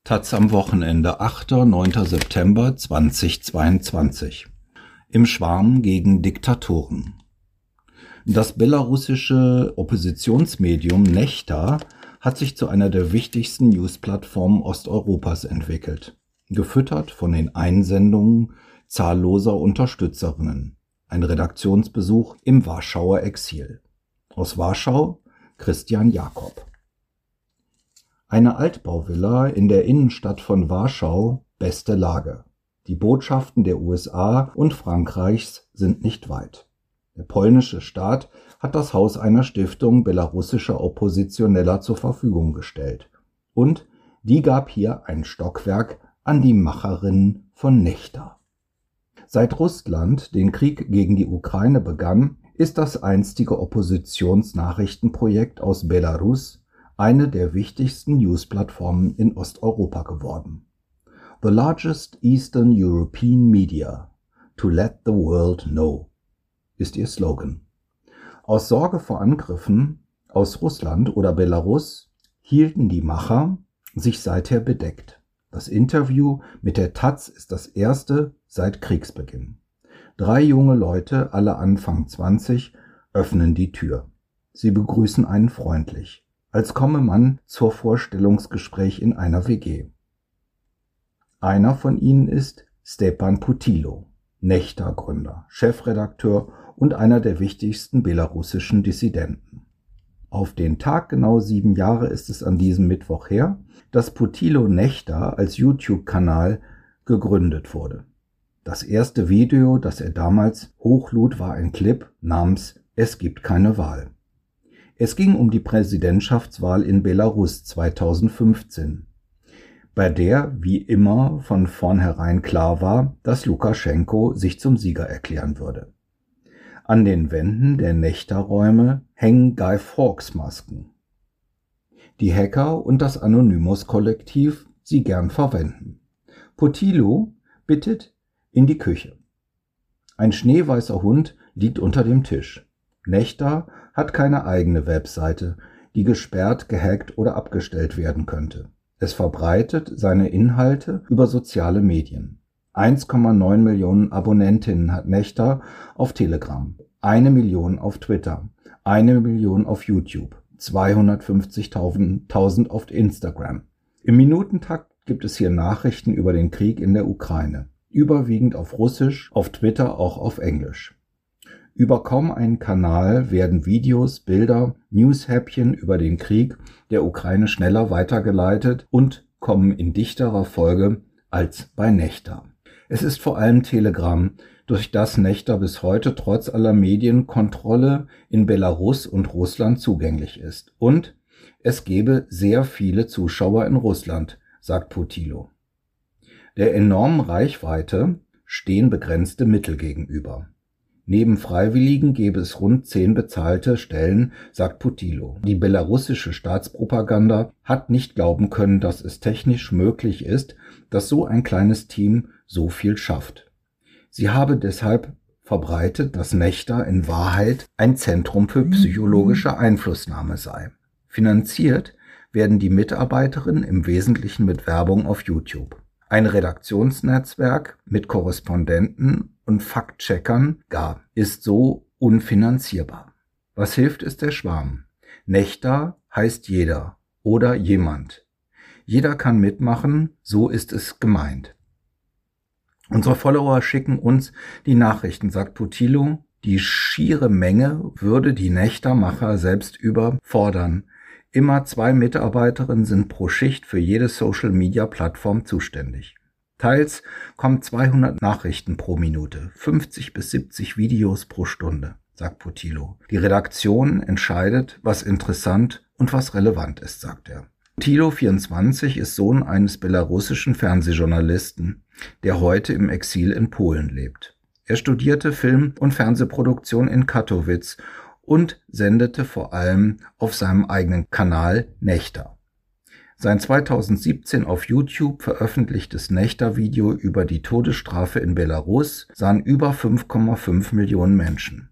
taz am Wochenende, 8. 9. September 2022. Im Schwarm gegen Diktatoren. Das belarussische Oppositionsmedium Nechta hat sich zu einer der wichtigsten Newsplattformen Osteuropas entwickelt, gefüttert von den Einsendungen zahlloser Unterstützerinnen. Ein Redaktionsbesuch im Warschauer Exil. Aus Warschau Christian Jakob. Eine Altbauvilla in der Innenstadt von Warschau, beste Lage. Die Botschaften der USA und Frankreichs sind nicht weit. Der polnische Staat hat das Haus einer Stiftung belarussischer Oppositioneller zur Verfügung gestellt. Und die gab hier ein Stockwerk an die Macherinnen von Nechta. Seit Russland den Krieg gegen die Ukraine begann, ist das einstige Oppositionsnachrichtenprojekt aus Belarus eine der wichtigsten Newsplattformen in Osteuropa geworden. The largest Eastern European media to let the world know ist ihr Slogan. Aus Sorge vor Angriffen aus Russland oder Belarus hielten die Macher sich seither bedeckt. Das Interview mit der taz ist das erste seit Kriegsbeginn. 3 junge Leute, alle Anfang 20, öffnen die Tür. Sie begrüßen einen freundlich, als komme man zur Vorstellungsgespräch in einer WG. Einer von ihnen ist Stepan Putilo, Nechta-Gründer, Chefredakteur und einer der wichtigsten belarussischen Dissidenten. Auf den Tag genau 7 Jahre ist es an diesem Mittwoch her, dass Putilo Nechta als YouTube-Kanal gegründet wurde. Das erste Video, das er damals hochlud, war ein Clip namens »Es gibt keine Wahl«. Es ging um die Präsidentschaftswahl in Belarus 2015, bei der wie immer von vornherein klar war, dass Lukaschenko sich zum Sieger erklären würde. An den Wänden der Nechta-Räume hängen Guy Fawkes-Masken, die Hacker und das Anonymous-Kollektiv sie gern verwenden. Putilo bittet in die Küche. Ein schneeweißer Hund liegt unter dem Tisch. Nechta hat keine eigene Webseite, die gesperrt, gehackt oder abgestellt werden könnte. Es verbreitet seine Inhalte über soziale Medien. 1,9 Millionen Abonnentinnen hat Nechta auf Telegram, 1 Million auf Twitter, 1 Million auf YouTube, 250.000 auf Instagram. Im Minutentakt gibt es hier Nachrichten über den Krieg in der Ukraine, überwiegend auf Russisch, auf Twitter auch auf Englisch. Über kaum einen Kanal werden Videos, Bilder, Newshäppchen über den Krieg der Ukraine schneller weitergeleitet und kommen in dichterer Folge als bei Nechta. Es ist vor allem Telegram, durch das Nechta bis heute trotz aller Medienkontrolle in Belarus und Russland zugänglich ist. Und es gebe sehr viele Zuschauer in Russland, sagt Putilo. Der enormen Reichweite stehen begrenzte Mittel gegenüber. Neben Freiwilligen gäbe es rund 10 bezahlte Stellen, sagt Putilo. Die belarussische Staatspropaganda hat nicht glauben können, dass es technisch möglich ist, dass so ein kleines Team so viel schafft. Sie habe deshalb verbreitet, dass Nechta in Wahrheit ein Zentrum für psychologische Einflussnahme sei. Finanziert werden die Mitarbeiterinnen im Wesentlichen mit Werbung auf YouTube. Ein Redaktionsnetzwerk mit Korrespondenten und Faktcheckern gar ist so unfinanzierbar. Was hilft, ist der Schwarm. Nechta heißt jeder oder jemand. Jeder kann mitmachen, so ist es gemeint. Unsere Follower schicken uns die Nachrichten, sagt Putilo. Die schiere Menge würde die Nechta-Macher selbst überfordern. Immer 2 Mitarbeiterinnen sind pro Schicht für jede Social-Media-Plattform zuständig. Teils kommen 200 Nachrichten pro Minute, 50 bis 70 Videos pro Stunde, sagt Putilo. Die Redaktion entscheidet, was interessant und was relevant ist, sagt er. Putilo, 24, ist Sohn eines belarussischen Fernsehjournalisten, der heute im Exil in Polen lebt. Er studierte Film- und Fernsehproduktion in Katowice und sendete vor allem auf seinem eigenen Kanal Nechta. Sein 2017 auf YouTube veröffentlichtes Nechta-Video über die Todesstrafe in Belarus sahen über 5,5 Millionen Menschen.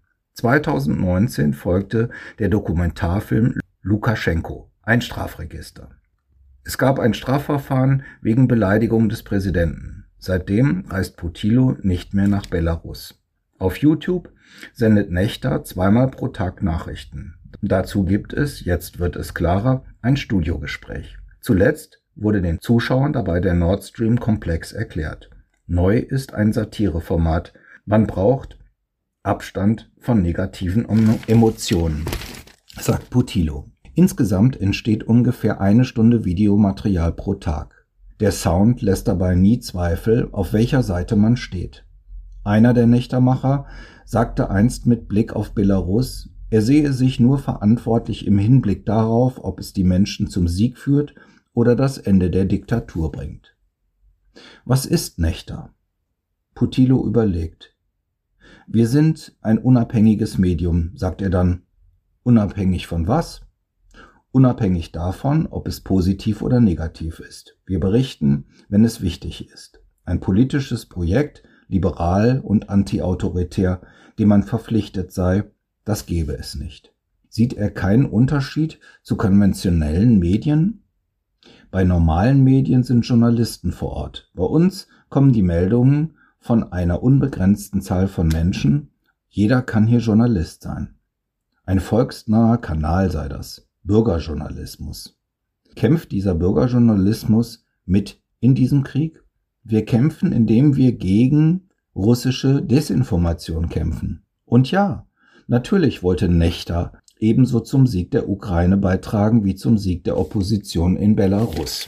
2019 folgte der Dokumentarfilm Lukaschenko, ein Strafregister. Es gab ein Strafverfahren wegen Beleidigung des Präsidenten. Seitdem reist Putillo nicht mehr nach Belarus. Auf YouTube sendet Nechter 2-mal pro Tag Nachrichten. Dazu gibt es, jetzt wird es klarer, ein Studiogespräch. Zuletzt wurde den Zuschauern dabei der Nord Stream-Komplex erklärt. Neu ist ein Satireformat. Man braucht Abstand von negativen Emotionen, sagt Putillo. Insgesamt entsteht ungefähr 1 Stunde Videomaterial pro Tag. Der Sound lässt dabei nie Zweifel, auf welcher Seite man steht. Einer der Nächtermacher sagte einst mit Blick auf Belarus, er sehe sich nur verantwortlich im Hinblick darauf, ob es die Menschen zum Sieg führt oder das Ende der Diktatur bringt. Was ist Nechter? Putillo überlegt. Wir sind ein unabhängiges Medium, sagt er dann. Unabhängig von was? Unabhängig davon, ob es positiv oder negativ ist. Wir berichten, wenn es wichtig ist. Ein politisches Projekt, liberal und antiautoritär, dem man verpflichtet sei, das gäbe es nicht. Sieht er keinen Unterschied zu konventionellen Medien? Bei normalen Medien sind Journalisten vor Ort. Bei uns kommen die Meldungen von einer unbegrenzten Zahl von Menschen. Jeder kann hier Journalist sein. Ein volksnaher Kanal sei das. Bürgerjournalismus. Kämpft dieser Bürgerjournalismus mit in diesem Krieg? Wir kämpfen, indem wir gegen russische Desinformation kämpfen. Und ja, natürlich wollte Nechter ebenso zum Sieg der Ukraine beitragen wie zum Sieg der Opposition in Belarus.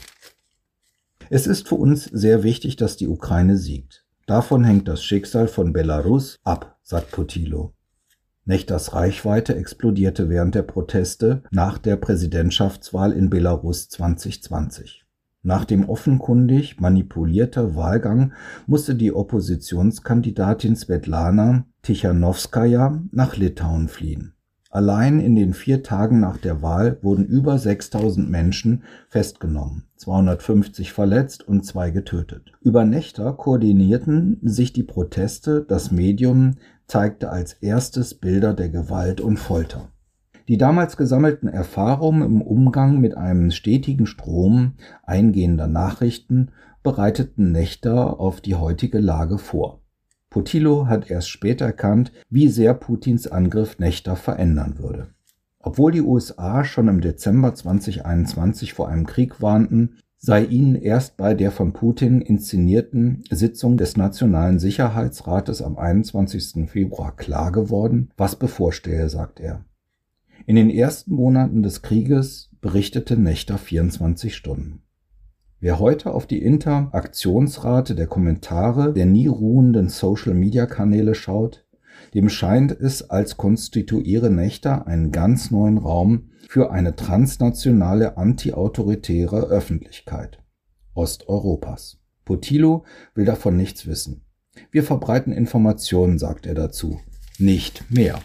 Es ist für uns sehr wichtig, dass die Ukraine siegt. Davon hängt das Schicksal von Belarus ab, sagt Putillo. Nechters Reichweite explodierte während der Proteste nach der Präsidentschaftswahl in Belarus 2020. Nach dem offenkundig manipulierten Wahlgang musste die Oppositionskandidatin Svetlana Tichanowskaja nach Litauen fliehen. Allein in den 4 Tagen nach der Wahl wurden über 6.000 Menschen festgenommen, 250 verletzt und 2 getötet. Über Nechter koordinierten sich die Proteste, das Medium zeigte als erstes Bilder der Gewalt und Folter. Die damals gesammelten Erfahrungen im Umgang mit einem stetigen Strom eingehender Nachrichten bereiteten Nechter auf die heutige Lage vor. Putillo hat erst später erkannt, wie sehr Putins Angriff Nechter verändern würde. Obwohl die USA schon im Dezember 2021 vor einem Krieg warnten, sei ihnen erst bei der von Putin inszenierten Sitzung des Nationalen Sicherheitsrates am 21. Februar klar geworden, was bevorstehe, sagt er. In den ersten Monaten des Krieges berichtete Nechter 24 Stunden. Wer heute auf die Interaktionsrate der Kommentare der nie ruhenden Social-Media-Kanäle schaut, dem scheint es, als konstituiere Nechter einen ganz neuen Raum für eine transnationale antiautoritäre Öffentlichkeit Osteuropas. Putillo will davon nichts wissen. Wir verbreiten Informationen, sagt er dazu, nicht mehr.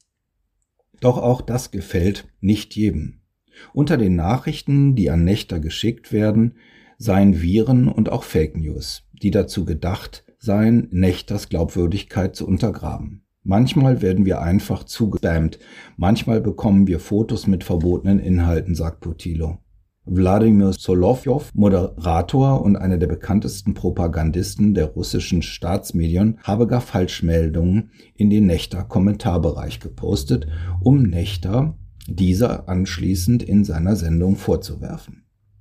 Doch auch das gefällt nicht jedem. Unter den Nachrichten, die an Nechter geschickt werden, seien Viren und auch Fake News, die dazu gedacht seien, Nechters Glaubwürdigkeit zu untergraben. Manchmal werden wir einfach zugespammt, manchmal bekommen wir Fotos mit verbotenen Inhalten, sagt Putillo. Wladimir Solowjow, Moderator und einer der bekanntesten Propagandisten der russischen Staatsmedien, habe gar Falschmeldungen in den Nechter-Kommentarbereich gepostet, um Nechter dieser anschließend in seiner Sendung vorzuwerfen.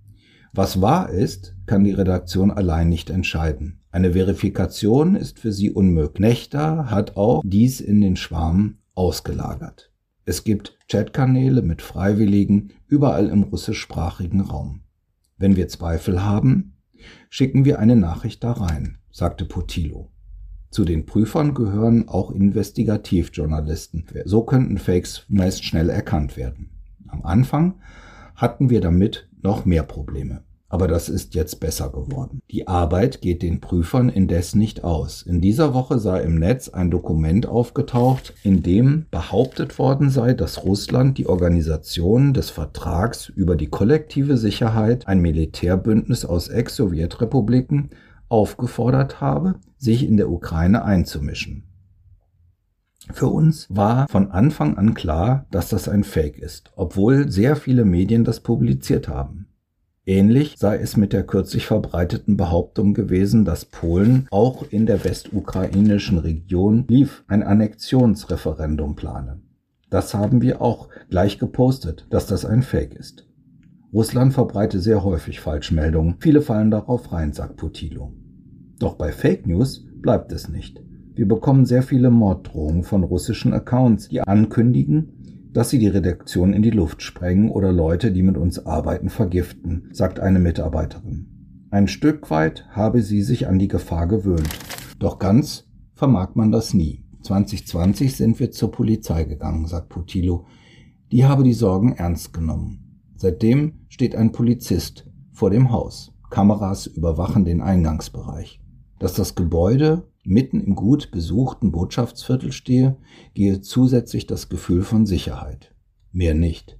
Was wahr ist, kann die Redaktion allein nicht entscheiden. Eine Verifikation ist für sie unmöglich. Nechter hat auch dies in den Schwarm ausgelagert. Es gibt Chatkanäle mit Freiwilligen überall im russischsprachigen Raum. Wenn wir Zweifel haben, schicken wir eine Nachricht da rein, sagte Putillo. Zu den Prüfern gehören auch Investigativjournalisten. So könnten Fakes meist schnell erkannt werden. Am Anfang hatten wir damit noch mehr Probleme. Aber das ist jetzt besser geworden. Die Arbeit geht den Prüfern indes nicht aus. In dieser Woche sei im Netz ein Dokument aufgetaucht, in dem behauptet worden sei, dass Russland die Organisation des Vertrags über die kollektive Sicherheit, ein Militärbündnis aus Ex-Sowjetrepubliken, aufgefordert habe, sich in der Ukraine einzumischen. Für uns war von Anfang an klar, dass das ein Fake ist, obwohl sehr viele Medien das publiziert haben. Ähnlich sei es mit der kürzlich verbreiteten Behauptung gewesen, dass Polen auch in der westukrainischen Region Lviv ein Annexionsreferendum plane. Das haben wir auch gleich gepostet, dass das ein Fake ist. Russland verbreite sehr häufig Falschmeldungen. Viele fallen darauf rein, sagt Putilo. Doch bei Fake News bleibt es nicht. Wir bekommen sehr viele Morddrohungen von russischen Accounts, die ankündigen, dass sie die Redaktion in die Luft sprengen oder Leute, die mit uns arbeiten, vergiften, sagt eine Mitarbeiterin. Ein Stück weit habe sie sich an die Gefahr gewöhnt. Doch ganz vermag man das nie. 2020 sind wir zur Polizei gegangen, sagt Putilo. Die habe die Sorgen ernst genommen. Seitdem steht ein Polizist vor dem Haus. Kameras überwachen den Eingangsbereich. Dass das Gebäude mitten im gut besuchten Botschaftsviertel stehe, gehe zusätzlich das Gefühl von Sicherheit. Mehr nicht.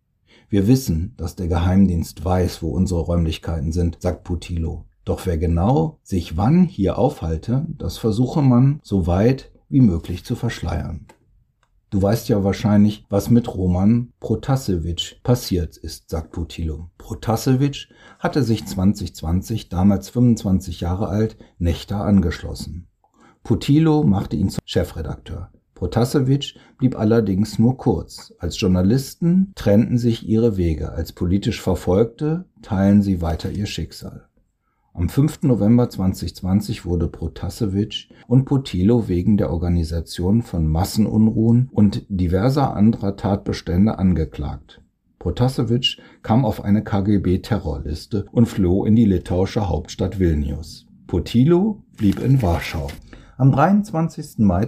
Wir wissen, dass der Geheimdienst weiß, wo unsere Räumlichkeiten sind, sagt Putilo. Doch wer genau sich wann hier aufhalte, das versuche man so weit wie möglich zu verschleiern. Du weißt ja wahrscheinlich, was mit Roman Protasevich passiert ist, sagt Putilo. Protasevich hatte sich 2020, damals 25 Jahre alt, Nechta angeschlossen. Putilo machte ihn zum Chefredakteur. Protasevich blieb allerdings nur kurz. Als Journalisten trennten sich ihre Wege. Als politisch Verfolgte teilen sie weiter ihr Schicksal. Am 5. November 2020 wurde Protasevich und Putilo wegen der Organisation von Massenunruhen und diverser anderer Tatbestände angeklagt. Protasevich kam auf eine KGB-Terrorliste und floh in die litauische Hauptstadt Vilnius. Putilo blieb in Warschau. Am 23. Mai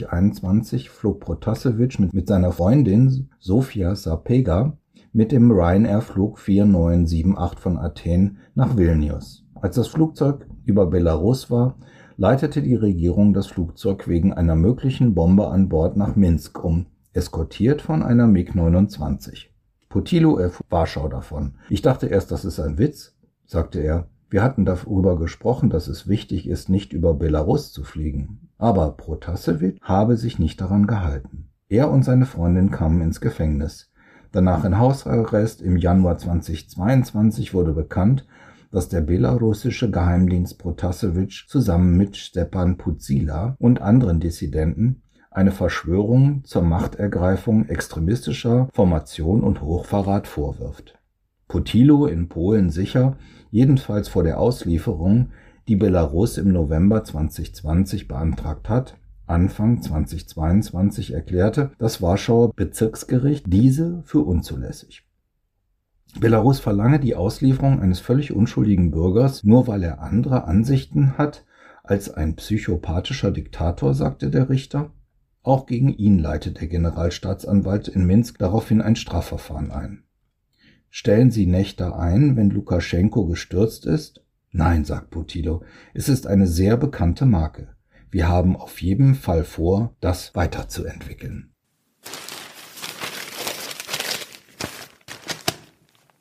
2021 flog Protasevich mit seiner Freundin Sofia Sapega mit dem Ryanair-Flug 4978 von Athen nach Vilnius. Als das Flugzeug über Belarus war, leitete die Regierung das Flugzeug wegen einer möglichen Bombe an Bord nach Minsk um, eskortiert von einer MiG-29. Putilo erfuhr Warschau davon. Ich dachte erst, das ist ein Witz, sagte er. Wir hatten darüber gesprochen, dass es wichtig ist, nicht über Belarus zu fliegen. Aber Protasevich habe sich nicht daran gehalten. Er und seine Freundin kamen ins Gefängnis. Danach in Hausarrest. Im Januar 2022 wurde bekannt, dass der belarussische Geheimdienst Protasevich zusammen mit Stepan Pudzila und anderen Dissidenten eine Verschwörung zur Machtergreifung extremistischer Formation und Hochverrat vorwirft. Putilo in Polen sicher, jedenfalls vor der Auslieferung, die Belarus im November 2020 beantragt hat. Anfang 2022 erklärte das Warschauer Bezirksgericht diese für unzulässig. Belarus verlange die Auslieferung eines völlig unschuldigen Bürgers, nur weil er andere Ansichten hat als ein psychopathischer Diktator, sagte der Richter. Auch gegen ihn leitet der Generalstaatsanwalt in Minsk daraufhin ein Strafverfahren ein. Stellen Sie Nechta ein, wenn Lukaschenko gestürzt ist? Nein, sagt Putilo, es ist eine sehr bekannte Marke. Wir haben auf jeden Fall vor, das weiterzuentwickeln.